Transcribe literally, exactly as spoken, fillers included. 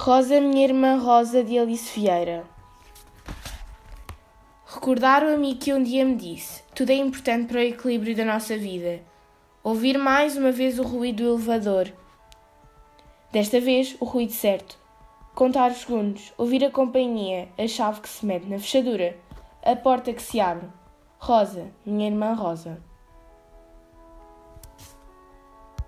Rosa, minha irmã Rosa, de Alice Vieira. Recordar o amigo que um dia me disse: tudo é importante para o equilíbrio da nossa vida. Ouvir mais uma vez o ruído do elevador. Desta vez, o ruído certo. Contar os segundos, ouvir a companhia, a chave que se mete na fechadura, a porta que se abre. Rosa, minha irmã Rosa.